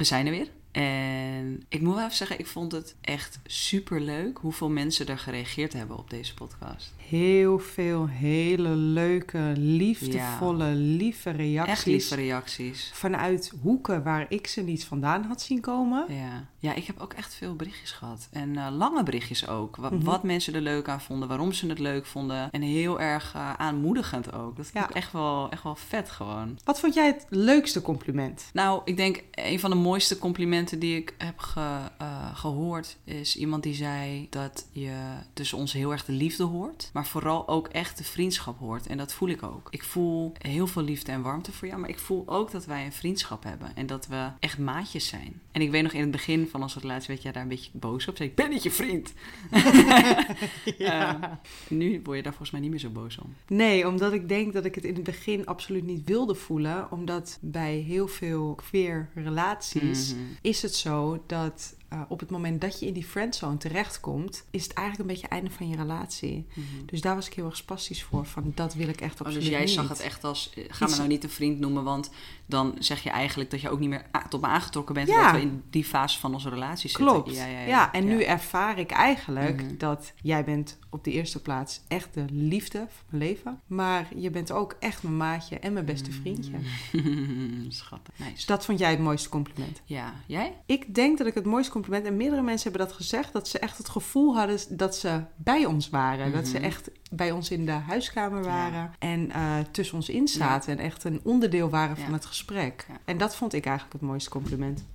zijn er weer. En ik moet wel even zeggen, ik vond het echt superleuk hoeveel mensen er gereageerd hebben op deze podcast. Heel veel hele leuke, liefdevolle, lieve reacties. Echt lieve reacties. Vanuit hoeken waar ik ze niet vandaan had zien komen. Ja, ik heb ook echt veel berichtjes gehad. En lange berichtjes ook. Wat mensen er leuk aan vonden, waarom ze het leuk vonden. En heel erg aanmoedigend ook. Dat vond ik echt wel vet gewoon. Wat vond jij het leukste compliment? Nou, ik denk een van de mooiste complimenten die ik heb gehoord is iemand die zei dat je tussen ons heel erg de liefde hoort, maar vooral ook echt de vriendschap hoort. En dat voel ik ook. Ik voel heel veel liefde en warmte voor jou, maar ik voel ook dat wij een vriendschap hebben en dat we echt maatjes zijn. En ik weet nog in het begin van onze relatie werd jij daar een beetje boos op. Zei ik ben niet je vriend. Nu word je daar volgens mij niet meer zo boos om. Nee, omdat ik denk dat ik het in het begin absoluut niet wilde voelen, omdat bij heel veel queer relaties is het zo dat op het moment dat je in die friendzone terechtkomt, is het eigenlijk een beetje het einde van je relatie. Dus daar was ik heel erg spastisch voor. Van dat wil ik echt absoluut niet. Dus jij zag het echt als, ga me nou niet een vriend noemen, want dan zeg je eigenlijk dat je ook niet meer tot me aangetrokken bent, omdat we in die fase van onze relatie zitten. Klopt. En nu ervaar ik eigenlijk dat jij bent op de eerste plaats echt de liefde van mijn leven, maar je bent ook echt mijn maatje en mijn beste vriendje. Schattig. Nice. Dus dat vond jij het mooiste compliment? Ja. Jij? Ik denk dat ik het mooiste compliment, en meerdere mensen hebben dat gezegd, dat ze echt het gevoel hadden dat ze bij ons waren. Dat ze echt bij ons in de huiskamer waren en tussen ons in zaten en echt een onderdeel waren van het gesprek. Ja. En dat vond ik eigenlijk het mooiste compliment.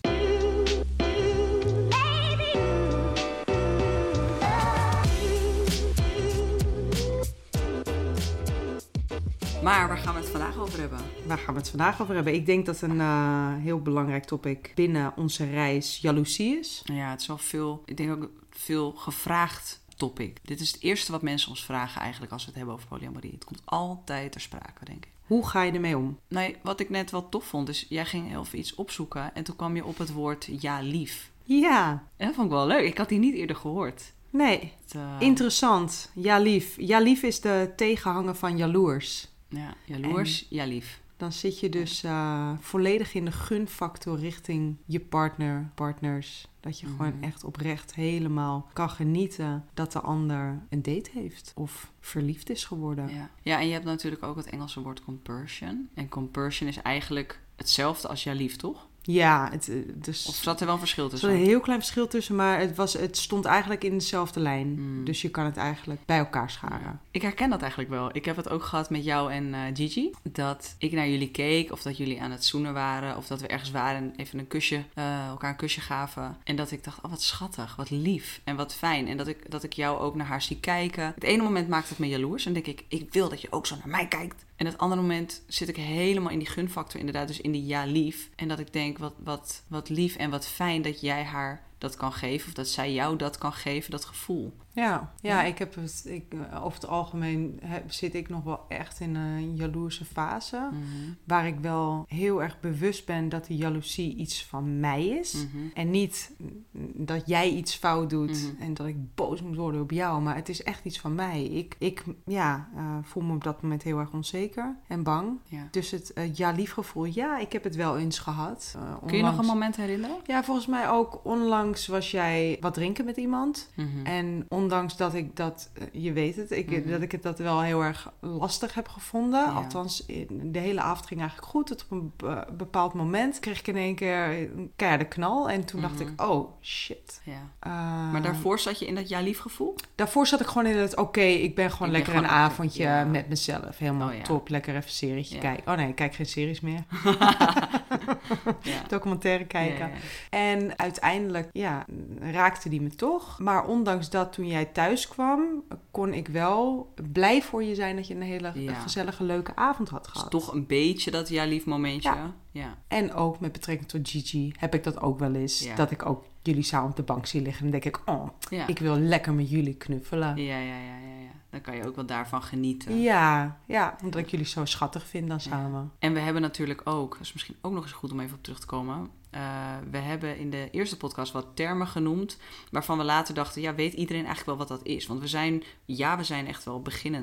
Maar waar gaan we het vandaag over hebben? Waar gaan we het vandaag over hebben? Ik denk dat een heel belangrijk topic binnen onze reis jaloezie is. Ja, het is wel veel, ik denk ook veel gevraagd topic. Dit is het eerste wat mensen ons vragen eigenlijk als we het hebben over polyamorie. Het komt altijd ter sprake, denk ik. Hoe ga je ermee om? Nee, wat ik net wel tof vond, is jij ging heel veel iets opzoeken en toen kwam je op het woord ja lief. Ja. En dat vond ik wel leuk. Ik had die niet eerder gehoord. Nee, interessant. Ja lief. Ja lief is de tegenhanger van jaloers. Ja, jaloers, ja lief. Dan zit je dus volledig in de gunfactor richting je partners. Dat je gewoon echt oprecht helemaal kan genieten dat de ander een date heeft of verliefd is geworden. Ja, en je hebt natuurlijk ook het Engelse woord compersion. En compersion is eigenlijk hetzelfde als ja lief, toch? Ja, of zat er wel een verschil tussen? Er zat een heel klein verschil tussen, maar het stond eigenlijk in dezelfde lijn. Dus je kan het eigenlijk bij elkaar scharen. Ik herken dat eigenlijk wel. Ik heb het ook gehad met jou en Gigi. Dat ik naar jullie keek, of dat jullie aan het zoenen waren, of dat we ergens waren en even elkaar een kusje gaven. En dat ik dacht, oh wat schattig, wat lief en wat fijn. En dat ik jou ook naar haar zie kijken. Het ene moment maakt het me jaloers en denk ik wil dat je ook zo naar mij kijkt. En het andere moment zit ik helemaal in die gunfactor, inderdaad, dus in die ja lief. En dat ik denk, wat lief en wat fijn dat jij haar dat kan geven, of dat zij jou dat kan geven, dat gevoel. Ja. Over het algemeen zit ik nog wel echt in een jaloerse fase. Waar ik wel heel erg bewust ben dat die jaloezie iets van mij is. En niet dat jij iets fout doet en dat ik boos moet worden op jou. Maar het is echt iets van mij. Ik voel me op dat moment heel erg onzeker en bang. Ja. Dus het ja-lief gevoel, ik heb het wel eens gehad. Kun je nog een moment herinneren? Ja, volgens mij ook onlangs was jij wat drinken met iemand. En ondanks dat ik dat, je weet het, dat ik het wel heel erg lastig heb gevonden. Ja. Althans, de hele avond ging eigenlijk goed. Tot op een bepaald moment kreeg ik in één keer een keiharde knal. En toen dacht ik, oh, shit. Ja. Maar daarvoor zat je in dat ja-lief gevoel? Daarvoor zat ik gewoon in het, ik ben gewoon lekker een avondje met mezelf. Helemaal top, lekker even een serietje kijken. Oh nee, ik kijk geen series meer. Documentaire kijken. Ja. En uiteindelijk, raakte die me toch. Maar ondanks dat, toen jij thuis kwam, kon ik wel blij voor je zijn dat je een hele gezellige, leuke avond had gehad. Dus toch een beetje dat ja-lief momentje. Ja. En ook met betrekking tot Gigi heb ik dat ook wel eens. Ja. Dat ik ook jullie samen op de bank zie liggen. En dan denk ik, ik wil lekker met jullie knuffelen. Ja. Dan kan je ook wel daarvan genieten. Ja, omdat ik jullie zo schattig vind dan samen. En we hebben natuurlijk ook, dat is misschien ook nog eens goed om even op terug te komen. We hebben in de eerste podcast wat termen genoemd, waarvan we later dachten, weet iedereen eigenlijk wel wat dat is? Want we zijn echt wel beginnend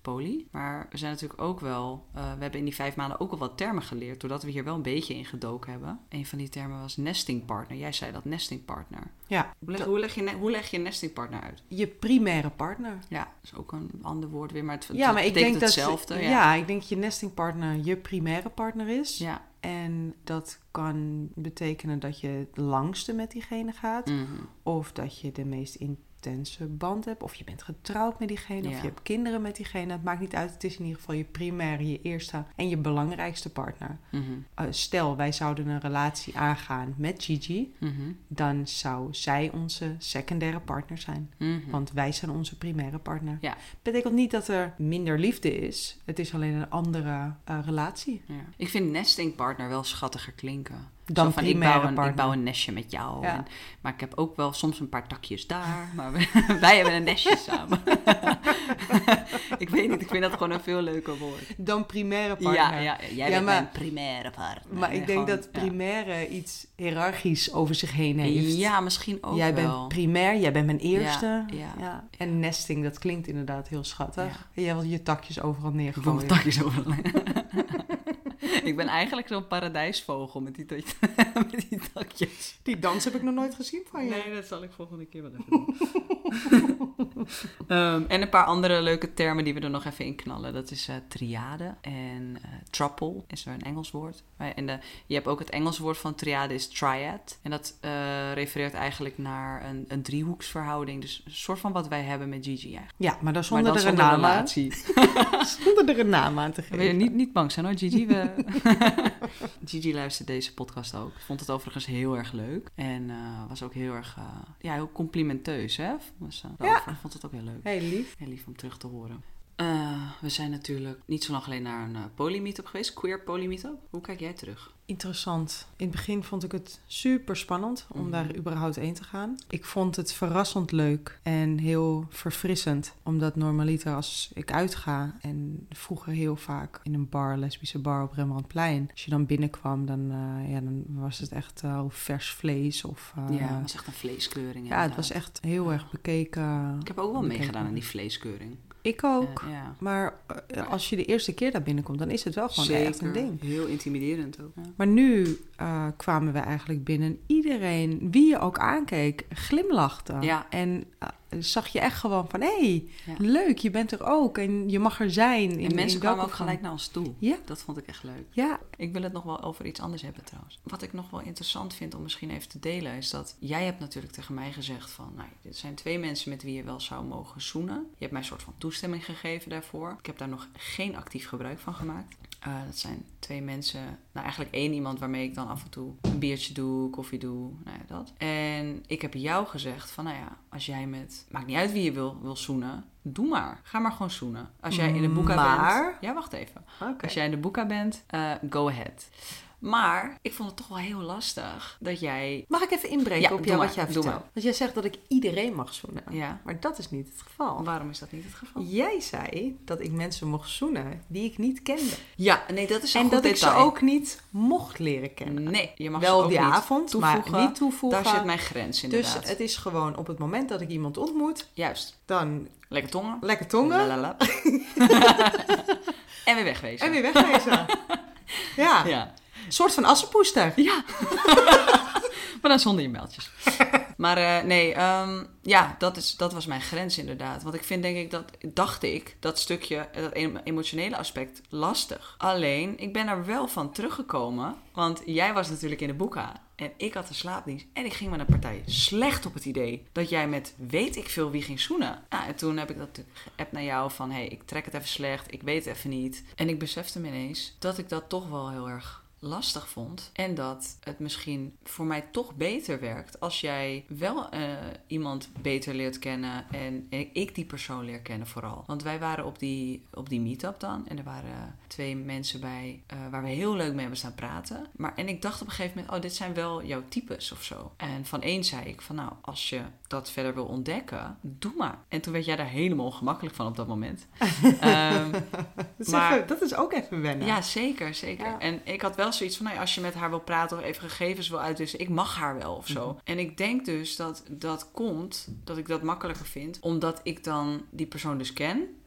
poly. Maar we zijn natuurlijk ook wel... we hebben in die 5 maanden ook al wat termen geleerd. Doordat we hier wel een beetje in gedoken hebben. Een van die termen was nesting partner. Jij zei dat, nesting partner. Ja. Hoe leg je een nesting partner uit? Je primaire partner. Ja, dat is ook een ander woord weer. Maar het maar betekent ik denk hetzelfde. Ik denk dat je nesting partner je primaire partner is. Ja. En dat kan betekenen dat je het langste met diegene gaat. Mm-hmm. Of dat je de meest intense band hebt. Of je bent getrouwd met diegene. Of je hebt kinderen met diegene. Het maakt niet uit. Het is in ieder geval je primaire, je eerste en je belangrijkste partner. Mm-hmm. Stel, wij zouden een relatie aangaan met Gigi. Mm-hmm. Dan zou zij onze secundaire partner zijn. Mm-hmm. Want wij zijn onze primaire partner. Ja. Betekent niet dat er minder liefde is. Het is alleen een andere relatie. Ja. Ik vind nesting partner wel schattiger klinken. Dan van, primaire ik bouw een nestje met jou. Ja. Maar ik heb ook wel soms een paar takjes daar. Maar wij hebben een nestje samen. Ik weet niet, ik vind dat gewoon een veel leuker woord. Dan primaire partner. Jij bent mijn primaire partner. Maar ik denk dat primaire iets hiërarchisch over zich heen heeft. Ja, misschien ook jij wel. Jij bent primair, jij bent mijn eerste. Ja. En nesting, dat klinkt inderdaad heel schattig. Ja. Jij wil je takjes overal neergooien. Ik wil mijn takjes overal Ik ben eigenlijk zo'n paradijsvogel met die takjes. Die dans heb ik nog nooit gezien van je. Nee, dat zal ik volgende keer wel even doen. En een paar andere leuke termen die we er nog even in knallen. Dat is triade en throuple is er een Engels woord. En je hebt ook het Engels woord van triade is triad. En dat refereert eigenlijk naar een driehoeksverhouding. Dus een soort van wat wij hebben met Gigi eigenlijk. Ja, maar dan zonder er een naam aan. Zonder er een naam aan te geven. Wil je niet bang zijn hoor, Gigi. Gigi luistert deze podcast ook. Vond het overigens heel erg leuk. En was ook heel erg heel complimenteus. Hè? Dus, vond het ook heel leuk. Heel lief. Heel lief om terug te horen. We zijn natuurlijk niet zo lang geleden naar een poly-meetup geweest. Queer poly-meetup. Hoe kijk jij terug? Interessant. In het begin vond ik het super spannend om daar überhaupt heen te gaan. Ik vond het verrassend leuk en heel verfrissend. Omdat normaliter als ik uitga en vroeger heel vaak in een bar, lesbische bar op Rembrandtplein. Als je dan binnenkwam, dan was het echt vers vlees. Het was echt een vleeskeuring. Ja, het was echt heel erg bekeken. Ik heb ook wel meegedaan aan die vleeskeuring. Ik ook. Maar als je de eerste keer daar binnenkomt, dan is het wel gewoon echt een ding. Heel intimiderend ook. Ja. Maar nu kwamen we eigenlijk binnen. Iedereen, wie je ook aankeek, glimlachte. Ja. En zag je echt gewoon van, leuk, je bent er ook. En je mag er zijn. En mensen kwamen ook gelijk naar ons toe. Ja. Dat vond ik echt leuk. Ja. Ik wil het nog wel over iets anders hebben trouwens. Wat ik nog wel interessant vind om misschien even te delen, is dat jij hebt natuurlijk tegen mij gezegd van, dit zijn 2 mensen met wie je wel zou mogen zoenen. Je hebt mij een soort van toestemming gegeven daarvoor. Ik heb daar nog geen actief gebruik van gemaakt. Dat zijn 2 mensen, eigenlijk 1 iemand waarmee ik dan af en toe een biertje doe, koffie doe, dat. En ik heb jou gezegd van, als jij maakt niet uit wie je wil zoenen, doe maar. Ga maar gewoon zoenen. Als jij in de boeka bent... Ja, wacht even. Okay. Als jij in de boeka bent, go ahead. Maar ik vond het toch wel heel lastig dat jij... Mag ik even inbreken op jou wat jij vertelt? Maar. Want jij zegt dat ik iedereen mag zoenen. Ja. Maar dat is niet het geval. Waarom is dat niet het geval? Jij zei dat ik mensen mocht zoenen die ik niet kende. Ja, nee, dat is een en goed dat detail. Ik ze ook niet mocht leren kennen. Nee, je mag wel ze ook die niet avond, toevoegen. Maar niet toevoegen. Daar zit mijn grens inderdaad. Dus het is gewoon op het moment dat ik iemand ontmoet... Juist. Dan... Lekker tongen. Lekker tongen. En weer wegwezen. Ja. Een soort van assenpoester. Ja. Maar dan zonder e-mailtjes. Maar dat was mijn grens inderdaad. Want ik vind, dacht ik, dat stukje, dat emotionele aspect, lastig. Alleen, ik ben er wel van teruggekomen. Want jij was natuurlijk in de boeka. En ik had de slaapdienst. En ik ging met een partij slecht op het idee dat jij met weet ik veel wie ging zoenen. En toen heb ik dat app naar jou van, ik trek het even slecht. Ik weet het even niet. En ik besefte me ineens dat ik dat toch wel heel erg lastig vond. En dat het misschien voor mij toch beter werkt als jij wel iemand beter leert kennen en ik die persoon leer kennen vooral. Want wij waren op die meetup dan en er waren 2 mensen bij waar we heel leuk mee hebben staan praten. En ik dacht op een gegeven moment, dit zijn wel jouw types of zo. En van één zei ik van als je dat verder wil ontdekken, doe maar. En toen werd jij daar helemaal ongemakkelijk van op dat moment. Maar dat is ook even wennen. Ja, zeker. Ja. En ik had wel zoiets van, als je met haar wil praten of even gegevens wil uitwisselen, ik mag haar wel of zo. Mm-hmm. En ik denk dus dat komt, dat ik dat makkelijker vind, omdat ik dan die persoon dus ken.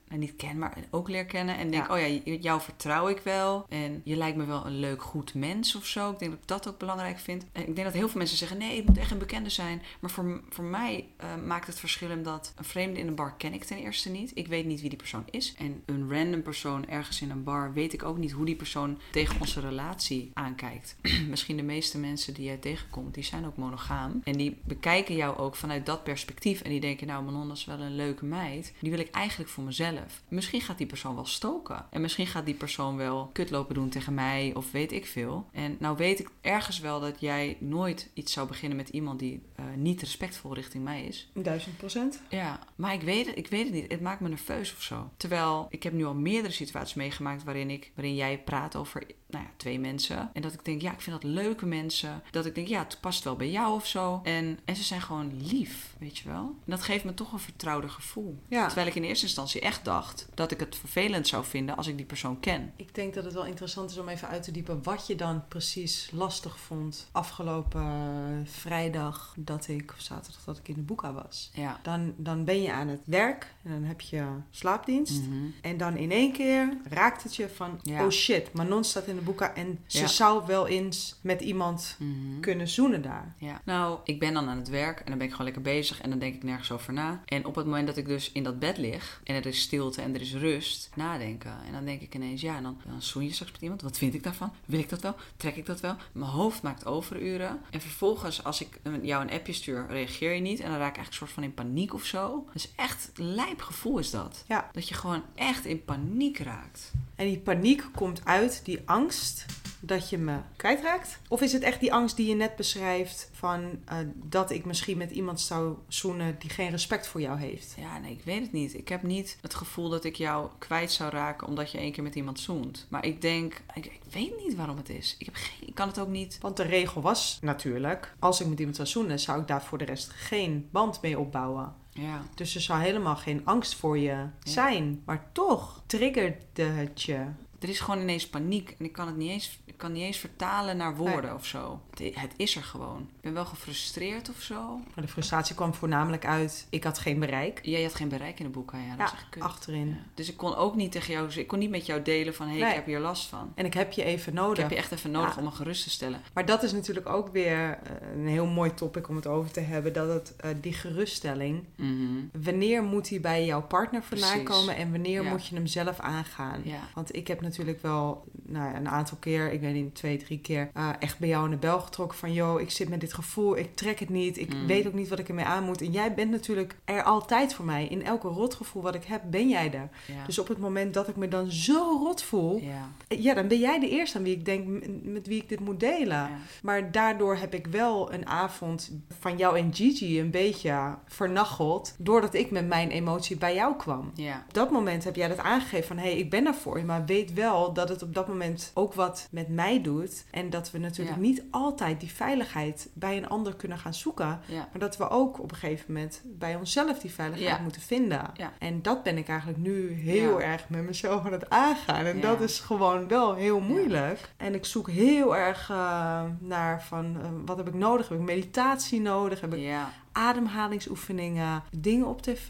niet ken, maar ook leer kennen. En denk, jou vertrouw ik wel. En je lijkt me wel een leuk, goed mens of zo. Ik denk dat ik dat ook belangrijk vind. En ik denk dat heel veel mensen zeggen, nee, het moet echt een bekende zijn. Maar voor mij maakt het verschil in dat een vreemde in een bar ken ik ten eerste niet. Ik weet niet wie die persoon is. En een random persoon ergens in een bar weet ik ook niet hoe die persoon tegen onze relatie aankijkt. Misschien de meeste mensen die jij tegenkomt, die zijn ook monogaam. En die bekijken jou ook vanuit dat perspectief. En die denken, nou, Manon, dat is wel een leuke meid. Die wil ik eigenlijk voor mezelf. Misschien gaat die persoon wel stoken. En misschien gaat die persoon wel kutlopen doen tegen mij of weet ik veel. En nou weet ik ergens wel dat jij nooit iets zou beginnen met iemand die niet respectvol richting mij is. 1000%. Ja, maar ik weet het niet. Het maakt me nerveus of zo. Terwijl, ik heb nu al meerdere situaties meegemaakt waarin jij praat over 2 mensen. En dat ik denk, ik vind dat leuke mensen. Dat ik denk, het past wel bij jou of zo. En ze zijn gewoon lief, weet je wel. En dat geeft me toch een vertrouwde gevoel. Ja. Terwijl ik in eerste instantie echt dacht dat ik het vervelend zou vinden als ik die persoon ken. Ik denk dat het wel interessant is om even uit te diepen wat je dan precies lastig vond afgelopen vrijdag of zaterdag dat ik in de boeka was. Ja. Dan ben je aan het werk en dan heb je slaapdienst. En dan in één keer raakt het je van, oh shit, Manon staat in de boeka en ze zou wel eens met iemand kunnen zoenen daar. Ja. Nou, ik ben dan aan het werk en dan ben ik gewoon lekker bezig en dan denk ik nergens over na. En op het moment dat ik dus in dat bed lig en er is stilte en er is rust, nadenken. En dan denk ik ineens, en dan zoen je straks met iemand. Wat vind ik daarvan? Wil ik dat wel? Trek ik dat wel? Mijn hoofd maakt overuren. En vervolgens, als ik jou een appje stuur, reageer je niet. En dan raak ik eigenlijk een soort van in paniek of zo. Dus echt een lijp gevoel is dat. Ja. Dat je gewoon echt in paniek raakt. En die paniek komt uit die angst dat je me kwijtraakt? Of is het echt die angst die je net beschrijft van dat ik misschien met iemand zou zoenen die geen respect voor jou heeft? Ja, nee, ik weet het niet. Ik heb niet het gevoel dat ik jou kwijt zou raken omdat je 1 keer met iemand zoent. Maar ik denk, ik weet niet waarom het is. Ik kan het ook niet. Want de regel was natuurlijk, als ik met iemand zou zoenen, zou ik daar voor de rest geen band mee opbouwen. Ja. Dus er zou helemaal geen angst voor je zijn. Maar toch triggerde het je. Er is gewoon ineens paniek en ik kan het niet eens vertalen naar woorden of zo. Het is er gewoon. Ik ben wel gefrustreerd of zo. Maar de frustratie kwam voornamelijk uit, ik had geen bereik. Ja, je had geen bereik in de boeken. Ja, dat is echt kut. Achterin. Ja. Dus ik kon ook niet tegen jou, ik kon niet met jou delen van, ik heb hier last van. En ik heb je even nodig. Ik heb je echt even nodig om me gerust te stellen. Maar dat is natuurlijk ook weer een heel mooi topic om het over te hebben. Dat het, die geruststelling, wanneer moet die bij jouw partner vandaan komen en wanneer moet je hem zelf aangaan? Ja. Want ik heb natuurlijk wel een aantal keer, ik weet niet, 2, 3 keer, echt bij jou in de bel getrokken van, ik zit met dit gevoel, ik trek het niet, ik weet ook niet wat ik ermee aan moet. En jij bent natuurlijk er altijd voor mij. In elke rotgevoel wat ik heb, ben jij er. Ja. Dus op het moment dat ik me dan zo rot voel, dan ben jij de eerste aan wie ik denk, met wie ik dit moet delen. Ja. Maar daardoor heb ik wel een avond van jou en Gigi een beetje vernacheld, doordat ik met mijn emotie bij jou kwam. Ja. Op dat moment heb jij dat aangegeven van, ik ben er voor je, maar weet wel dat het op dat moment ook wat met mij doet. En dat we natuurlijk niet altijd die veiligheid bij een ander kunnen gaan zoeken. Ja. Maar dat we ook op een gegeven moment bij onszelf die veiligheid moeten vinden. Ja. En dat ben ik eigenlijk nu heel erg met mezelf aan het aangaan. En dat is gewoon wel heel moeilijk. Ja. En ik zoek heel erg naar van, wat heb ik nodig? Heb ik meditatie nodig? Heb ik ademhalingsoefeningen, dingen op tv,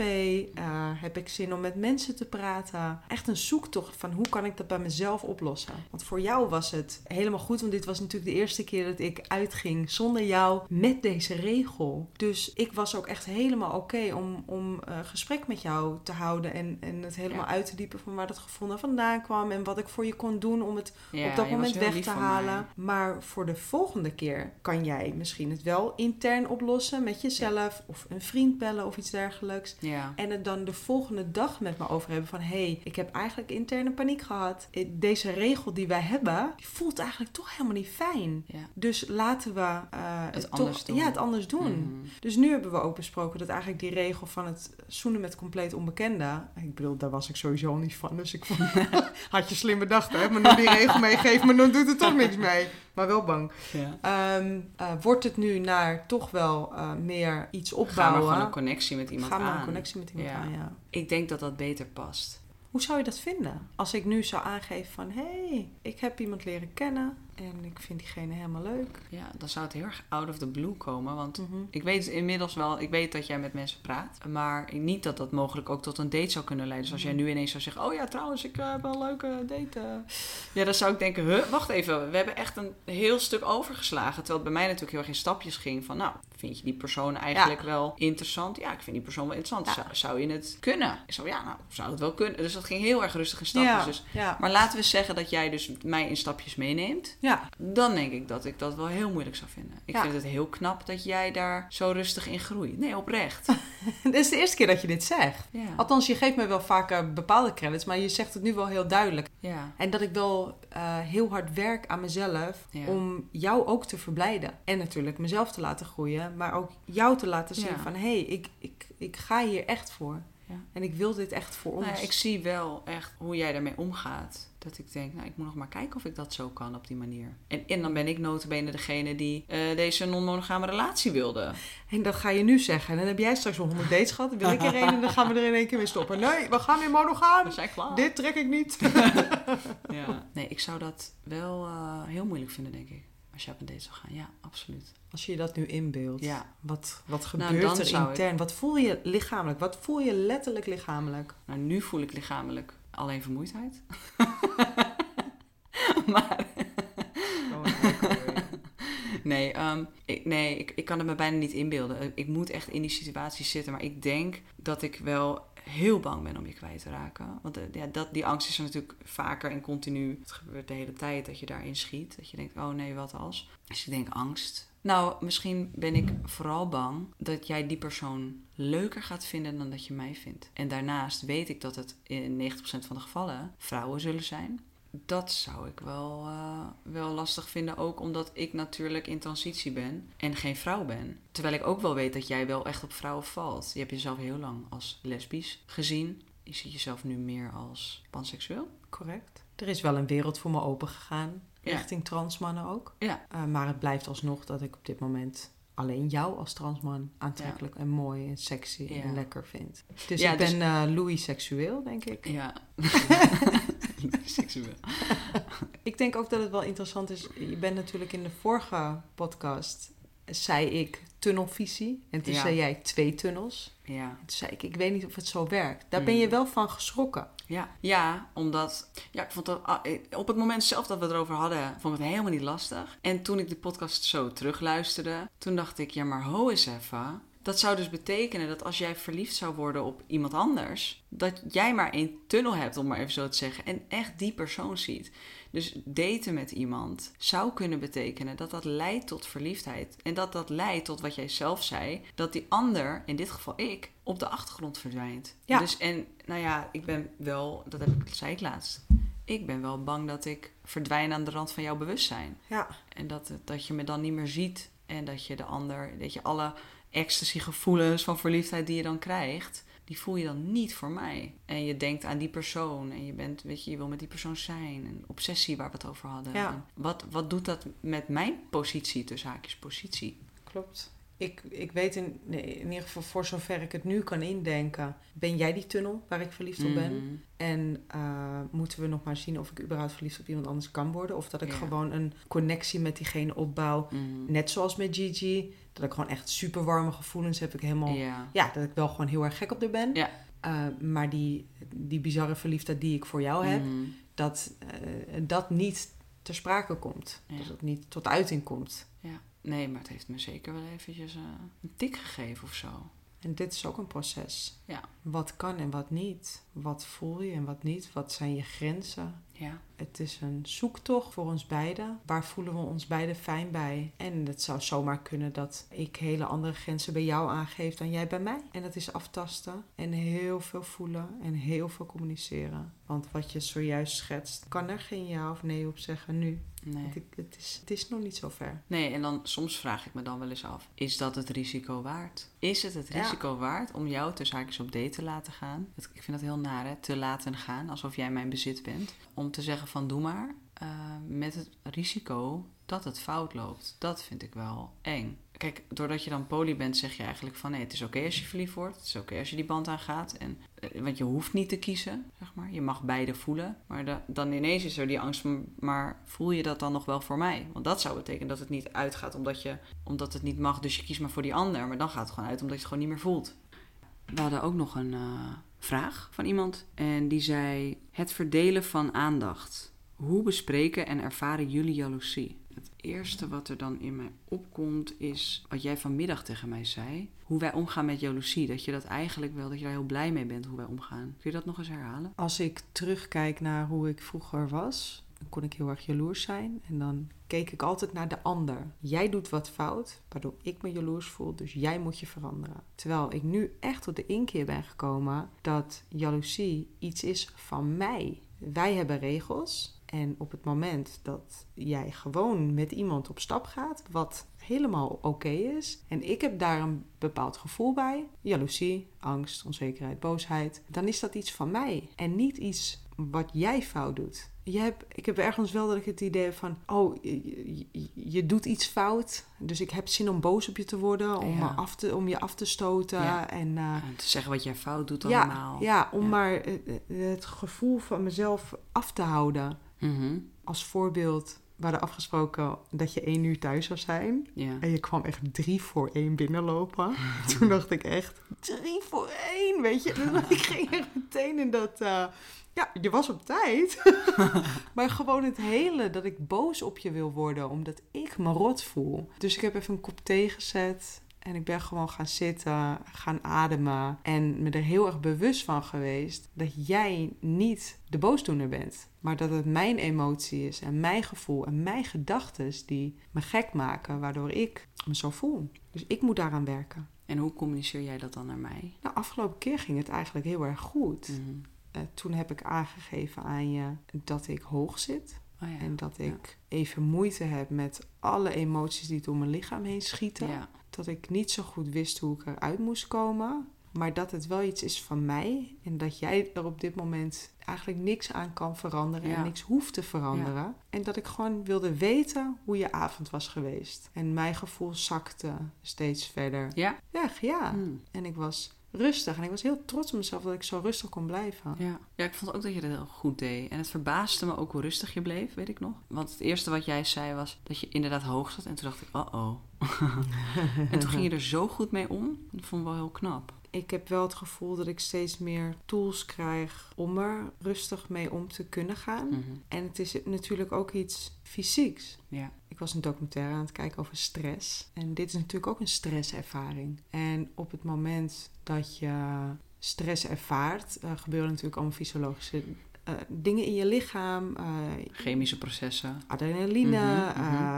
heb ik zin om met mensen te praten. Echt een zoektocht van hoe kan ik dat bij mezelf oplossen. Want voor jou was het helemaal goed, want dit was natuurlijk de eerste keer dat ik uitging zonder jou met deze regel. Dus ik was ook echt helemaal oké om gesprek met jou te houden en het helemaal uit te diepen van waar dat gevoel vandaan kwam en wat ik voor je kon doen om het op dat moment weg te halen. Maar voor de volgende keer kan jij misschien het wel intern oplossen met jezelf. Of een vriend bellen of iets dergelijks. Ja. En het dan de volgende dag met me over hebben van, ik heb eigenlijk interne paniek gehad. Deze regel die wij hebben, die voelt eigenlijk toch helemaal niet fijn. Ja. Dus laten we het anders doen. Mm-hmm. Dus nu hebben we ook besproken dat eigenlijk die regel van het zoenen met compleet onbekenden, ik bedoel, daar was ik sowieso niet van. Dus ik had je slim bedacht, hè? Maar nu die regel meegeven, maar dan doet het toch niks mee. Maar wel bang. Ja. Wordt het nu naar toch wel meer iets opbouwen? Gaan we gewoon een connectie met iemand aan. Ja. Ik denk dat dat beter past. Hoe zou je dat vinden? Als ik nu zou aangeven van... hey, ik heb iemand leren kennen en ik vind diegene helemaal leuk. Ja, dan zou het heel erg out of the blue komen. Want ik weet inmiddels wel... Ik weet dat jij met mensen praat. Maar niet dat dat mogelijk ook tot een date zou kunnen leiden. Dus als jij nu ineens zou zeggen... Oh ja, trouwens, ik heb wel een leuke date. Ja, dan zou ik denken... wacht even. We hebben echt een heel stuk overgeslagen. Terwijl het bij mij natuurlijk heel erg in stapjes ging. Van nou, vind je die persoon eigenlijk wel interessant? Ja, ik vind die persoon wel interessant. Ja. Zou je het kunnen? Ik zou, ja, nou, zou het wel kunnen. Dus dat ging heel erg rustig in stapjes. Ja. Maar laten we zeggen dat jij dus mij in stapjes meeneemt. Ja. Dan denk ik dat ik dat wel heel moeilijk zou vinden. Ik vind het heel knap dat jij daar zo rustig in groeit. Nee, oprecht. Dit is de eerste keer dat je dit zegt. Ja. Althans, je geeft me wel vaak bepaalde credits, maar je zegt het nu wel heel duidelijk. Ja. En dat ik wel heel hard werk aan mezelf om jou ook te verblijden. En natuurlijk mezelf te laten groeien, maar ook jou te laten zien van... hey, ik ga hier echt voor. Ja. En ik wil dit echt voor ons. Nou ja, ik zie wel echt hoe jij daarmee omgaat. Dat ik denk, nou, ik moet nog maar kijken of ik dat zo kan op die manier. En dan ben ik nota bene degene die deze non-monogame relatie wilde. En dat ga je nu zeggen. En dan heb jij straks wel 100 dates gehad. Dan wil ik er een en dan gaan we er in één keer mee stoppen. Nee, we gaan weer monogaam. We zijn klaar. Dit trek ik niet. Ja. Nee, ik zou dat wel heel moeilijk vinden, denk ik. Als je op een date zou gaan. Ja, absoluut. Als je dat nu inbeeldt. Ja. Wat gebeurt er intern? Wat voel je lichamelijk? Wat voel je letterlijk lichamelijk? Nou, nu voel ik lichamelijk alleen vermoeidheid. Maar... ik kan het me bijna niet inbeelden. Ik moet echt in die situatie zitten. Maar ik denk dat ik wel heel bang ben om je kwijt te raken. Want die angst is er natuurlijk vaker en continu. Het gebeurt de hele tijd dat je daarin schiet. Dat je denkt, oh nee, wat als? Dus ik denk angst. Nou, misschien ben ik vooral bang dat jij die persoon leuker gaat vinden dan dat je mij vindt. En daarnaast weet ik dat het in 90% van de gevallen vrouwen zullen zijn. Dat zou ik wel lastig vinden, ook omdat ik natuurlijk in transitie ben en geen vrouw ben. Terwijl ik ook wel weet dat jij wel echt op vrouwen valt. Je hebt jezelf heel lang als lesbisch gezien. Je ziet jezelf nu meer als panseksueel. Correct. Er is wel een wereld voor me open gegaan, richting transmannen ook. Ja. Maar het blijft alsnog dat ik op dit moment alleen jou als transman aantrekkelijk en mooi en sexy en lekker vind. Dus ik ben Louis seksueel, denk ik. Ja. Seksueel. Ik denk ook dat het wel interessant is. Je bent natuurlijk in de vorige podcast, zei ik tunnelvisie. En toen zei jij 2 tunnels. Ja. En toen zei ik weet niet of het zo werkt. Daar ben je wel van geschrokken. Ja, omdat... Ja, ik vond dat... Op het moment zelf dat we het erover hadden, vond ik het helemaal niet lastig. En toen ik de podcast zo terugluisterde, toen dacht ik, ja, maar ho eens even. Dat zou dus betekenen dat als jij verliefd zou worden op iemand anders, dat jij maar 1 tunnel hebt, om maar even zo te zeggen, en echt die persoon ziet. Dus daten met iemand zou kunnen betekenen dat dat leidt tot verliefdheid. En dat leidt tot wat jij zelf zei, dat die ander, in dit geval ik, op de achtergrond verdwijnt. Ja. Dus en, nou ja, ik ben wel, zei ik laatst, ik ben wel bang dat ik verdwijn aan de rand van jouw bewustzijn. Ja. En dat je me dan niet meer ziet en dat je de ander, dat je alle ecstasy-gevoelens van verliefdheid die je dan krijgt, die voel je dan niet voor mij. En je denkt aan die persoon en je bent, je wil met die persoon zijn. Een obsessie waar we het over hadden. Ja. En wat doet dat met mijn positie, tussen haakjes positie? Klopt. Ik weet in ieder geval, voor zover ik het nu kan indenken, ben jij die tunnel waar ik verliefd op ben? En moeten we nog maar zien of ik überhaupt verliefd op iemand anders kan worden. Of dat ik gewoon een connectie met diegene opbouw. Net zoals met Gigi. Dat ik gewoon echt super warme gevoelens heb. Ik helemaal, dat ik wel gewoon heel erg gek op haar ben. Ja. Maar die bizarre verliefdheid die ik voor jou heb, dat niet ter sprake komt. Ja. Dat het niet tot uiting komt. Ja. Nee, maar het heeft me zeker wel eventjes een tik gegeven of zo. En dit is ook een proces. Ja. Wat kan en wat niet. Wat voel je en wat niet. Wat zijn je grenzen? Ja. Het is een zoektocht voor ons beiden. Waar voelen we ons beiden fijn bij? En het zou zomaar kunnen dat ik hele andere grenzen bij jou aangeef dan jij bij mij. En dat is aftasten en heel veel voelen en heel veel communiceren. Want wat je zojuist schetst, kan er geen ja of nee op zeggen nu. Nee. Het is nog niet zo ver. Nee, en dan soms vraag ik me dan wel eens af, is dat het risico waard? Is het risico waard om jou tussen haakjes op date te laten gaan? Ik vind dat heel naar, hè? Te laten gaan, alsof jij mijn bezit bent. Om te zeggen van doe maar, met het risico dat het fout loopt. Dat vind ik wel eng. Kijk, doordat je dan poly bent, zeg je eigenlijk van nee, het is oké als je verliefd wordt. Het is oké als je die band aangaat. Want je hoeft niet te kiezen, zeg maar. Je mag beide voelen. Maar dan ineens is er die angst van, maar voel je dat dan nog wel voor mij? Want dat zou betekenen dat het niet uitgaat omdat het niet mag, dus je kiest maar voor die ander. Maar dan gaat het gewoon uit omdat je het gewoon niet meer voelt. We hadden ook nog een vraag van iemand. En die zei, het verdelen van aandacht. Hoe bespreken en ervaren jullie jaloezie? Het eerste wat er dan in mij opkomt is wat jij vanmiddag tegen mij zei. Hoe wij omgaan met jaloezie. Dat je dat eigenlijk wel, dat je daar heel blij mee bent hoe wij omgaan. Kun je dat nog eens herhalen? Als ik terugkijk naar hoe ik vroeger was, dan kon ik heel erg jaloers zijn. En dan keek ik altijd naar de ander. Jij doet wat fout, waardoor ik me jaloers voel. Dus jij moet je veranderen. Terwijl ik nu echt tot de inkeer ben gekomen dat jaloezie iets is van mij. Wij hebben regels. En op het moment dat jij gewoon met iemand op stap gaat, wat helemaal oké is, en ik heb daar een bepaald gevoel bij, jaloezie, angst, onzekerheid, boosheid, dan is dat iets van mij en niet iets wat jij fout doet. Ik heb ergens wel dat ik het idee heb van, je doet iets fout, dus ik heb zin om boos op je te worden, om je af te stoten. Ja. En te zeggen wat jij fout doet allemaal. Maar het gevoel van mezelf af te houden. Mm-hmm. Als voorbeeld, we hadden afgesproken dat je 1 uur thuis zou zijn. Ja. En je kwam echt 3-voor-1 binnenlopen. Toen dacht ik echt, 3-voor-1, weet je. Dus ik ging echt meteen in dat... je was op tijd. Maar gewoon het hele, dat ik boos op je wil worden, omdat ik me rot voel. Dus ik heb even een kop thee gezet. En ik ben gewoon gaan zitten, gaan ademen. En me er heel erg bewust van geweest dat jij niet de boosdoener bent. Maar dat het mijn emotie is en mijn gevoel en mijn gedachten die me gek maken, waardoor ik me zo voel. Dus ik moet daaraan werken. En hoe communiceer jij dat dan naar mij? Nou, afgelopen keer ging het eigenlijk heel erg goed. Mm-hmm. Toen heb ik aangegeven aan je dat ik hoog zit. Oh ja. En dat ik even moeite heb met alle emoties die door mijn lichaam heen schieten. Ja. Dat ik niet zo goed wist hoe ik eruit moest komen. Maar dat het wel iets is van mij. En dat jij er op dit moment eigenlijk niks aan kan veranderen. En niks hoeft te veranderen. Ja. En dat ik gewoon wilde weten hoe je avond was geweest. En mijn gevoel zakte steeds verder weg. Ja. En ik was rustig. En ik was heel trots op mezelf dat ik zo rustig kon blijven. Ja, ik vond ook dat je dat heel goed deed. En het verbaasde me ook hoe rustig je bleef, weet ik nog. Want het eerste wat jij zei was dat je inderdaad hoog zat. En toen dacht ik, En toen ging je er zo goed mee om. Dat vond ik wel heel knap. Ik heb wel het gevoel dat ik steeds meer tools krijg om er rustig mee om te kunnen gaan. Mm-hmm. En het is natuurlijk ook iets fysieks. Ja. Ik was een documentaire aan het kijken over stress. En dit is natuurlijk ook een stresservaring. En op het moment dat je stress ervaart, gebeuren natuurlijk allemaal fysiologische dingen in je lichaam. Chemische processen. Adrenaline.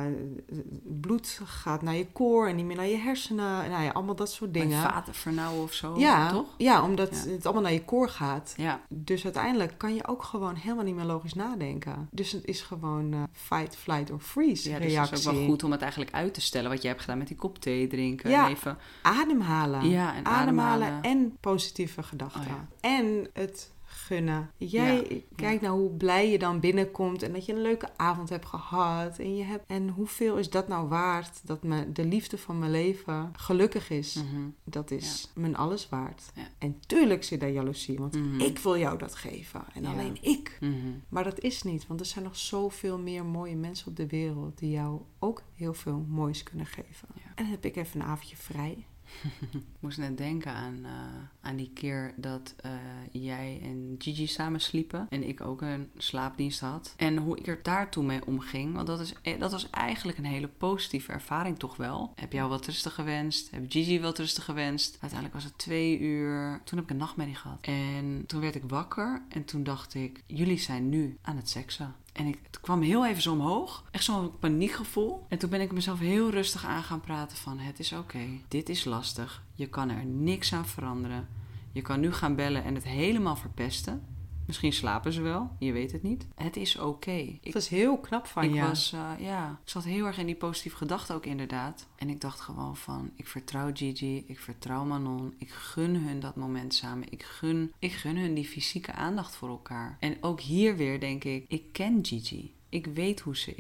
Bloed gaat naar je koor en niet meer naar je hersenen. Nou ja, allemaal dat soort dingen. Vaten vernauwen of zo, toch? Ja, omdat het allemaal naar je koor gaat. Ja. Dus uiteindelijk kan je ook gewoon helemaal niet meer logisch nadenken. Dus het is gewoon fight, flight or freeze reactie. Dus het is ook wel goed om het eigenlijk uit te stellen. Wat jij hebt gedaan met die kop thee drinken. Ja, en even ademhalen. Ja, en ademhalen en positieve gedachten. Oh, ja. En het gunnen. Jij kijkt naar hoe blij je dan binnenkomt en dat je een leuke avond hebt gehad. En hoeveel is dat nou waard dat de liefde van mijn leven gelukkig is. Mm-hmm. Dat is mijn alles waard. Ja. En tuurlijk zit daar jaloezie, want ik wil jou dat geven. En alleen ik. Mm-hmm. Maar dat is niet, want er zijn nog zoveel meer mooie mensen op de wereld die jou ook heel veel moois kunnen geven. Ja. En dan heb ik even een avondje vrij. Ik moest net denken aan die keer dat jij en Gigi samen sliepen. En ik ook een slaapdienst had. En hoe ik er daartoe mee omging. Want dat was eigenlijk een hele positieve ervaring toch wel. Heb jou wat rustig gewenst. Heb Gigi wat rustig gewenst. Uiteindelijk was het 2 uur. Toen heb ik een nachtmerrie gehad. En toen werd ik wakker. En toen dacht ik, jullie zijn nu aan het seksen. En het kwam heel even zo omhoog. Echt zo'n paniekgevoel. En toen ben ik mezelf heel rustig aan gaan praten van... Het is oké. Dit is lastig. Je kan er niks aan veranderen. Je kan nu gaan bellen en het helemaal verpesten. Misschien slapen ze wel. Je weet het niet. Het is oké. Het was heel knap van je. Ik zat heel erg in die positieve gedachten ook inderdaad. En ik dacht gewoon van... Ik vertrouw Gigi. Ik vertrouw Manon. Ik gun hun dat moment samen. Ik gun hun die fysieke aandacht voor elkaar. En ook hier weer denk ik... Ik ken Gigi. Ik weet hoe ze is.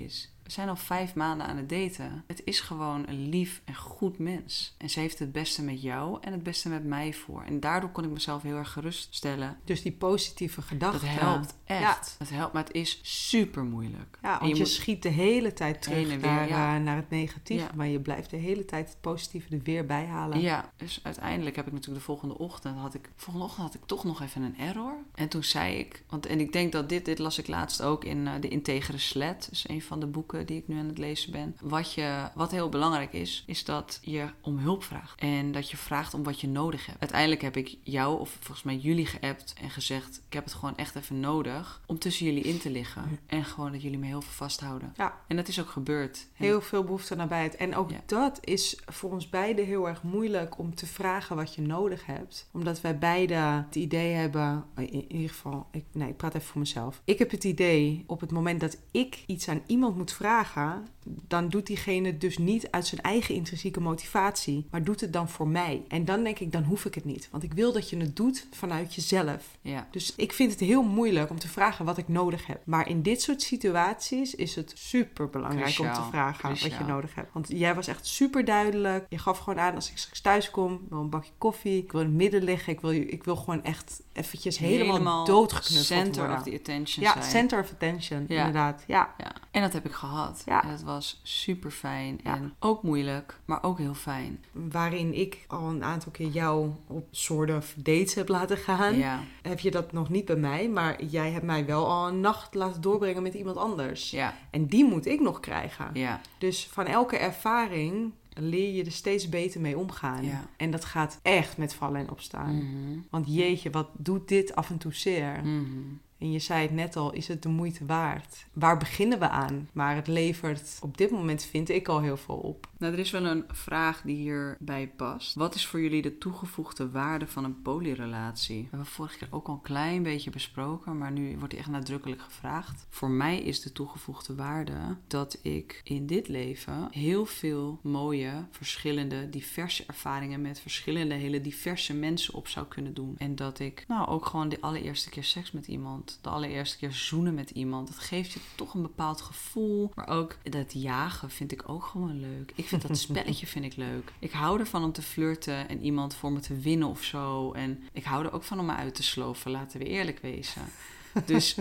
we zijn al 5 maanden aan het daten. Het is gewoon een lief en goed mens. En ze heeft het beste met jou en het beste met mij voor. En daardoor kon ik mezelf heel erg geruststellen. Dus die positieve gedachte. Dat helpt echt. Het helpt, maar het is super moeilijk. Ja, want je schiet de hele tijd terug naar het negatieve. Ja. Maar je blijft de hele tijd het positieve er weer bij halen. Ja, dus uiteindelijk heb ik natuurlijk de volgende ochtend had ik toch nog even een error. En toen zei ik, en ik denk dat dit las ik laatst ook in De Integere Sled. Dus een van de boeken die ik nu aan het lezen ben. Wat heel belangrijk is dat je om hulp vraagt. En dat je vraagt om wat je nodig hebt. Uiteindelijk heb ik jou, of volgens mij jullie, geappt en gezegd, ik heb het gewoon echt even nodig om tussen jullie in te liggen. En gewoon dat jullie me heel veel vasthouden. Ja. En dat is ook gebeurd. Heel veel behoefte naar nabijheid. En ook dat is voor ons beiden heel erg moeilijk om te vragen wat je nodig hebt. Omdat wij beide het idee hebben, in ieder geval, ik praat even voor mezelf. Ik heb het idee, op het moment dat ik iets aan iemand moet vragen, dan doet diegene dus niet uit zijn eigen intrinsieke motivatie, maar doet het dan voor mij. En dan denk ik, dan hoef ik het niet. Want ik wil dat je het doet vanuit jezelf. Ja. Dus ik vind het heel moeilijk om te vragen wat ik nodig heb. Maar in dit soort situaties is het super belangrijk om te vragen wat je nodig hebt. Want jij was echt super duidelijk. Je gaf gewoon aan, als ik straks thuis kom, ik wil een bakje koffie, ik wil in het midden liggen, ik wil gewoon echt eventjes helemaal doodgeknuffeld center worden. Of the attention ja, zijn. Center of attention, inderdaad. Ja. En dat heb ik gehad. Ja. En dat was super fijn. En ook moeilijk, maar ook heel fijn. Waarin ik al een aantal keer jou op soorten dates heb laten gaan. Ja. Heb je dat nog niet bij mij, maar jij hebt mij wel al een nacht laten doorbrengen met iemand anders. Ja. En die moet ik nog krijgen. Ja. Dus van elke ervaring leer je er steeds beter mee omgaan. Ja. En dat gaat echt met vallen en opstaan. Mm-hmm. Want jeetje, wat doet dit af en toe zeer? Mm-hmm. En je zei het net al, is het de moeite waard? Waar beginnen we aan? Maar het levert op dit moment, vind ik, al heel veel op. Nou, er is wel een vraag die hierbij past. Wat is voor jullie de toegevoegde waarde van een polyrelatie? We hebben vorige keer ook al een klein beetje besproken, maar nu wordt die echt nadrukkelijk gevraagd. Voor mij is de toegevoegde waarde dat ik in dit leven heel veel mooie, verschillende, diverse ervaringen met verschillende, hele diverse mensen op zou kunnen doen. En dat ik ook gewoon de allereerste keer seks met iemand, de allereerste keer zoenen met iemand, dat geeft je toch een bepaald gevoel. Maar ook dat jagen vind ik ook gewoon leuk. Ik vind dat spelletje vind ik leuk. Ik hou ervan om te flirten en iemand voor me te winnen of zo. En ik hou er ook van om me uit te sloven, laten we eerlijk wezen. Dus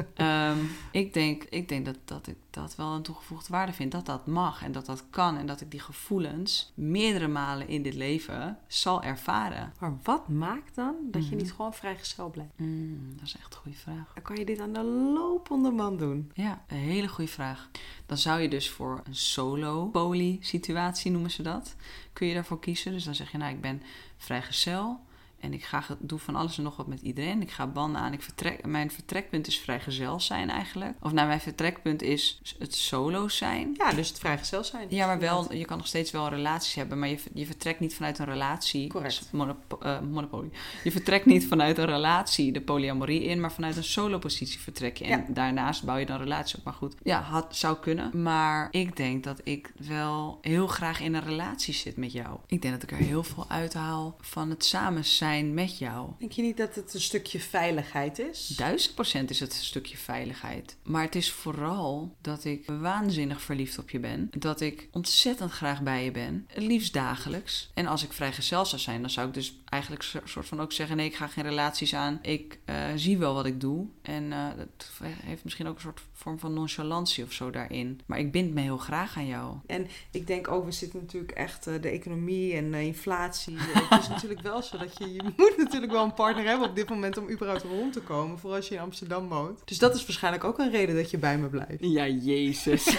ik denk dat ik dat wel een toegevoegde waarde vind. Dat dat mag en dat dat kan. En dat ik die gevoelens meerdere malen in dit leven zal ervaren. Maar wat maakt dan dat je niet gewoon vrijgezel blijft? Dat is echt een goede vraag. Dan kan je dit aan de lopende band doen. Ja, een hele goede vraag. Dan zou je dus voor een solo-poly situatie, noemen ze dat, kun je daarvoor kiezen. Dus dan zeg je, ik ben vrijgezel. En ik doe van alles en nog wat met iedereen. Ik ga banden aan. Mijn vertrekpunt is vrijgezel zijn eigenlijk. Of mijn vertrekpunt is het solo zijn. Ja, dus het vrijgezel zijn. Ja, maar wel, je kan nog steeds wel relaties hebben. Maar je vertrekt niet vanuit een relatie. Correct. Monopolie. Je vertrekt niet vanuit een relatie de polyamorie in. Maar vanuit een solo-positie vertrek je. En daarnaast bouw je dan relaties op. Maar goed, zou kunnen. Maar ik denk dat ik wel heel graag in een relatie zit met jou. Ik denk dat ik er heel veel uithaal van het samen zijn met jou. Denk je niet dat het een stukje veiligheid is? 1000% is het een stukje veiligheid. Maar het is vooral dat ik waanzinnig verliefd op je ben. Dat ik ontzettend graag bij je ben. Het liefst dagelijks. En als ik vrijgezel zou zijn, dan zou ik dus eigenlijk soort van ook zeggen, nee, ik ga geen relaties aan. Ik zie wel wat ik doe. En dat heeft misschien ook een soort vorm van nonchalantie of zo daarin. Maar ik bind me heel graag aan jou. En ik denk ook, we zitten natuurlijk echt de economie en inflatie. Het is natuurlijk wel zo dat je moet natuurlijk wel een partner hebben op dit moment om überhaupt rond te komen. Vooral als je in Amsterdam woont. Dus dat is waarschijnlijk ook een reden dat je bij me blijft. Ja, Jezus.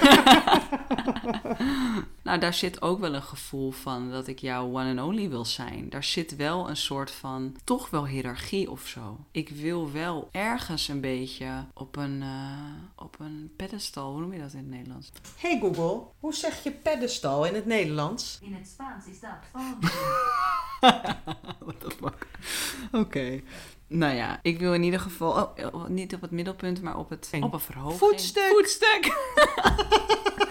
Nou, daar zit ook wel een gevoel van dat ik jouw one and only wil zijn. Daar zit wel een soort van, toch wel hiërarchie of zo. Ik wil wel ergens een beetje op een pedestal, hoe noem je dat in het Nederlands? Hey Google, hoe zeg je pedestal in het Nederlands? In het Spaans is dat van. What the fuck? Oké. Nou ja, ik wil in ieder geval niet op het middelpunt, maar op een verhoging. Voetstuk!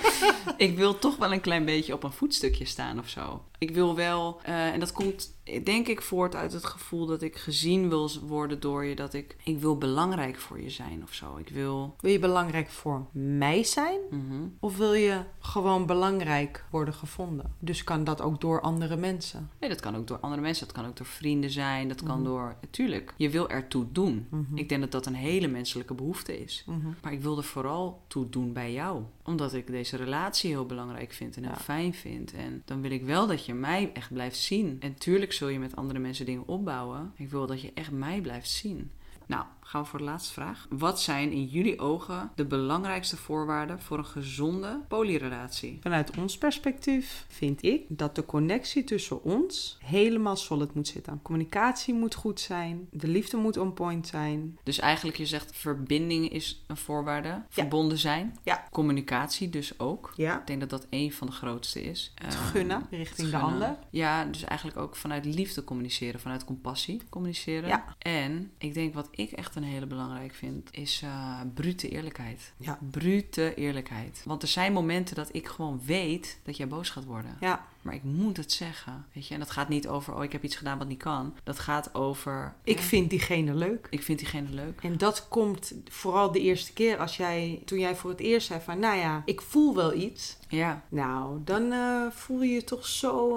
Ik wil toch wel een klein beetje op een voetstukje staan of zo. Ik wil wel, en dat komt denk ik voort uit het gevoel dat ik gezien wil worden door je. Dat ik wil belangrijk voor je zijn of zo. Wil je belangrijk voor mij zijn? Mm-hmm. Of wil je gewoon belangrijk worden gevonden? Dus kan dat ook door andere mensen? Nee, dat kan ook door andere mensen. Dat kan ook door vrienden zijn. Dat kan door, natuurlijk, je wil ertoe doen. Ik denk dat dat een hele menselijke behoefte is. Maar ik wil er vooral toe doen bij jou. Omdat ik deze relatie heel belangrijk vind en heel fijn vind. En dan wil ik wel dat je mij echt blijft zien. En tuurlijk zul je met andere mensen dingen opbouwen. Ik wil dat je echt mij blijft zien. Nou, gaan we voor de laatste vraag. Wat zijn in jullie ogen de belangrijkste voorwaarden voor een gezonde polyrelatie? Vanuit ons perspectief vind ik dat de connectie tussen ons helemaal solid moet zitten. Communicatie moet goed zijn. De liefde moet on point zijn. Dus eigenlijk je zegt verbinding is een voorwaarde. Verbonden zijn. Ja. Communicatie dus ook. Ja. Ik denk dat dat één van de grootste is. Het gunnen richting de ander. Ja, dus eigenlijk ook vanuit liefde communiceren. Vanuit compassie communiceren. Ja. En ik denk wat ik echt een hele belangrijk vind, is brute eerlijkheid. Ja. Brute eerlijkheid. Want er zijn momenten dat ik gewoon weet dat jij boos gaat worden. Ja. Maar ik moet het zeggen. Weet je? En dat gaat niet over, ik heb iets gedaan wat niet kan. Dat gaat over... Ik vind diegene leuk. Ik vind diegene leuk. En dat komt vooral de eerste keer toen jij voor het eerst zei van, nou ja, ik voel wel iets. Ja. Nou, dan voel je je toch zo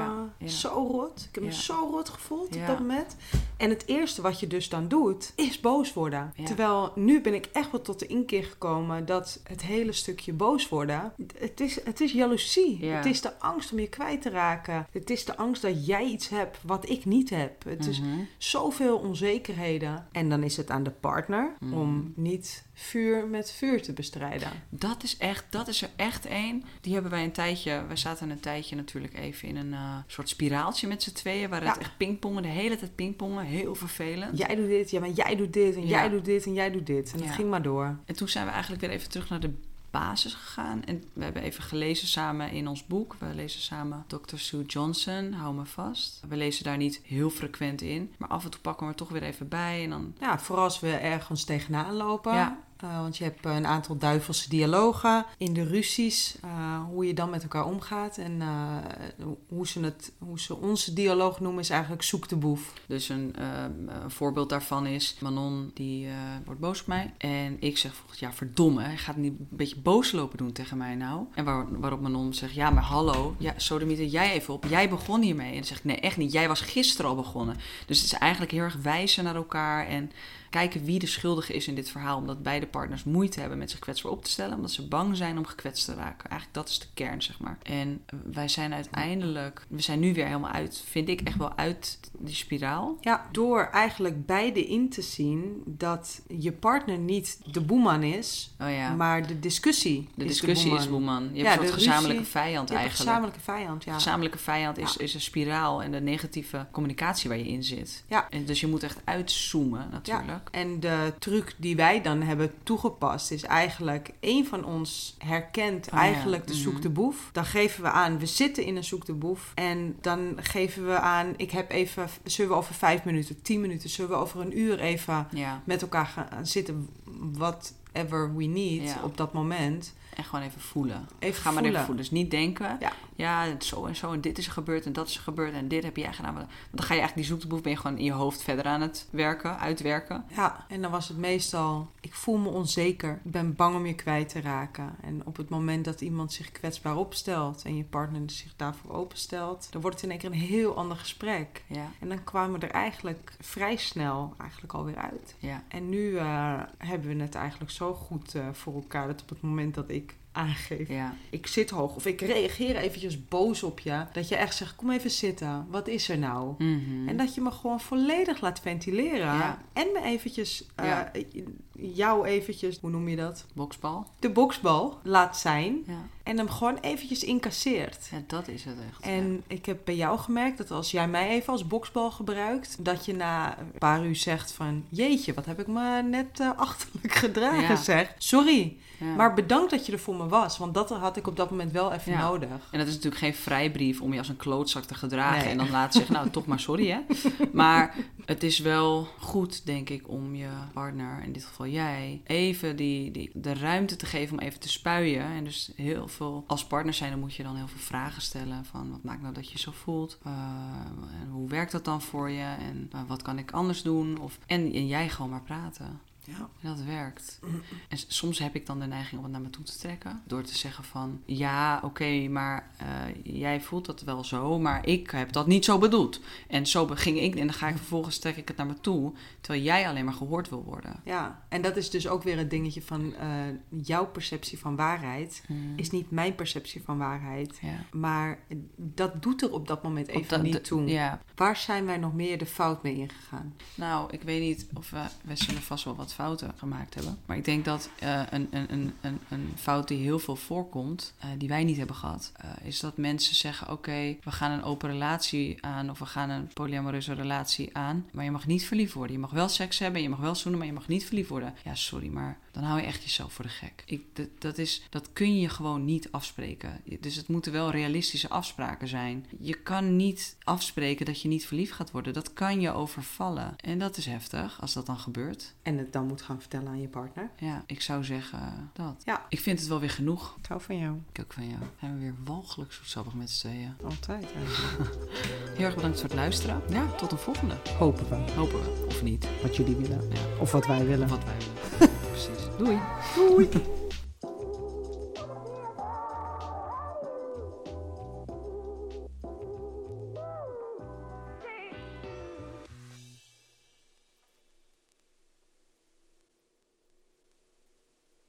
rot. Ik heb me zo rot gevoeld op dat moment. En het eerste wat je dus dan doet, is boos worden. Ja. Terwijl nu ben ik echt wel tot de inkeer gekomen dat het hele stukje boos worden, het is jaloezie. Ja. Het is de angst om je kwijt te raken. Het is de angst dat jij iets hebt wat ik niet heb. Het is zoveel onzekerheden. En dan is het aan de partner om niet vuur met vuur te bestrijden. Dat is er echt één. Die hebben wij wij zaten een tijdje natuurlijk even in een soort spiraaltje met z'n tweeën, waar het echt pingpongen, de hele tijd pingpongen, heel vervelend. Jij doet dit, maar jij doet dit, en jij doet dit, en jij doet dit. En het ging maar door. En toen zijn we eigenlijk weer even terug naar de basis gegaan. En we hebben even gelezen samen in ons boek. We lezen samen Dr. Sue Johnson, Hou me vast. We lezen daar niet heel frequent in, maar af en toe pakken we er toch weer even bij. En dan... Ja, vooral als we ergens tegenaan lopen. Ja. Want je hebt een aantal duivelse dialogen in de ruzies. Hoe je dan met elkaar omgaat. En hoe ze onze dialoog noemen is eigenlijk zoek de boef. Dus een voorbeeld daarvan is Manon die wordt boos op mij. En ik zeg verdomme, je gaat niet een beetje boos lopen doen tegen mij nou. En waarop Manon zegt, ja maar hallo, sodemieter jij even op. Jij begon hiermee. En dan zeg ik, nee echt niet, jij was gisteren al begonnen. Dus het is eigenlijk heel erg wijzen naar elkaar en kijken wie de schuldige is in dit verhaal. Omdat beide partners moeite hebben met zich kwetsbaar op te stellen. Omdat ze bang zijn om gekwetst te raken. Eigenlijk dat is de kern, zeg maar. En wij zijn we zijn nu weer helemaal vind ik echt wel uit die spiraal. Ja, door eigenlijk beide in te zien dat je partner niet de boeman is. Oh ja. Maar de discussie is boeman. Je hebt een soort gezamenlijke vijand eigenlijk. Een gezamenlijke vijand, ja. Een gezamenlijke vijand is een spiraal en de negatieve communicatie waar je in zit. Ja. En dus je moet echt uitzoomen natuurlijk. Ja. En de truc die wij dan hebben toegepast is eigenlijk, één van ons herkent de zoek de boef. Dan geven we aan, we zitten in een zoek de boef. En dan geven we aan, zullen we over 5 minuten, 10 minuten, zullen we over een uur even met elkaar gaan zitten, whatever we need op dat moment. En gewoon even voelen. Maar even voelen. Dus niet denken, zo en zo en dit is er gebeurd en dat is er gebeurd en dit heb jij gedaan. Want dan ga je eigenlijk die zoektoeboef, ben je gewoon in je hoofd verder aan het uitwerken. Ja, en dan was het meestal, ik voel me onzeker. Ik ben bang om je kwijt te raken. En op het moment dat iemand zich kwetsbaar opstelt en je partner zich daarvoor openstelt, dan wordt het in één keer een heel ander gesprek. Ja. En dan kwamen we er eigenlijk vrij snel alweer uit. Ja. En nu hebben we het eigenlijk zo goed voor elkaar dat op het moment dat ik aangeef, ik zit hoog of ik reageer eventjes boos op je, dat je echt zegt, kom even zitten, wat is er nou? Mm-hmm. En dat je me gewoon volledig laat ventileren en me eventjes jou eventjes, hoe noem je dat? Boksbal. De boksbal laat zijn en hem gewoon eventjes incasseert. Ja, dat is het echt. En ik heb bij jou gemerkt dat als jij mij even als boksbal gebruikt, dat je na een paar uur zegt van, jeetje, wat heb ik me net achterlijk gedragen, zeg. Sorry. Ja. Maar bedankt dat je er voor me was. Want dat had ik op dat moment wel even nodig. En dat is natuurlijk geen vrijbrief om je als een klootzak te gedragen. Nee. En dan laten zeggen, nou toch maar sorry hè. Maar Het is wel goed, denk ik, om je partner, in dit geval jij, even de ruimte te geven om even te spuien. En dus heel veel, als partner zijn, dan moet je dan heel veel vragen stellen van wat maakt nou dat je zo voelt? En hoe werkt dat dan voor je? En wat kan ik anders doen? En jij gewoon maar praten. Ja. En dat werkt. En soms heb ik dan de neiging om het naar me toe te trekken. Door te zeggen van, ja, oké, maar jij voelt dat wel zo, maar ik heb dat niet zo bedoeld. En zo ging ik, en dan ga ik vervolgens trek ik het naar me toe, terwijl jij alleen maar gehoord wil worden. Ja, en dat is dus ook weer het dingetje van jouw perceptie van waarheid is niet mijn perceptie van waarheid. Ja. Maar dat doet er op dat moment even niet toe. Ja. Waar zijn wij nog meer de fout mee ingegaan? Nou, ik weet niet of we zullen vast wel wat fouten gemaakt hebben. Maar ik denk dat een fout die heel veel voorkomt, die wij niet hebben gehad, is dat mensen zeggen, oké, we gaan een open relatie aan of we gaan een polyamoreuze relatie aan, maar je mag niet verliefd worden. Je mag wel seks hebben, je mag wel zoenen, maar je mag niet verliefd worden. Ja, sorry, maar dan hou je echt jezelf voor de gek. Dat kun je gewoon niet afspreken. Dus het moeten wel realistische afspraken zijn. Je kan niet afspreken dat je niet verliefd gaat worden. Dat kan je overvallen. En dat is heftig, als dat dan gebeurt. En het dan moet gaan vertellen aan je partner. Ja, ik zou zeggen dat. Ja. Ik vind het wel weer genoeg. Ik hou van jou. Ik ook van jou. Zijn we weer walgelijk zoetsappig met z'n tweeën. Altijd eigenlijk. Heel erg bedankt voor het luisteren. Ja, tot een volgende. Hopen we. Hopen we. Of niet. Wat jullie willen. Ja. Of wat wij willen. Of wat wij willen. Precies. Doei. Doei.